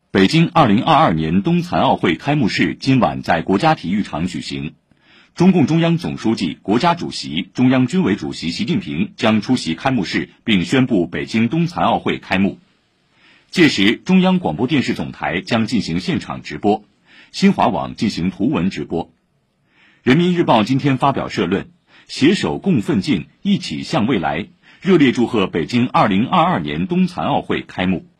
北京2022年冬残奥会开幕式今晚在国家体育场举行，中共中央总书记、国家主席、中央军委主席习近平将出席开幕式，并宣布北京冬残奥会开幕。届时，中央广播电视总台将进行现场直播，新华网进行图文直播。人民日报今天发表社论，携手共奋进，一起向未来，热烈祝贺北京2022年冬残奥会开幕。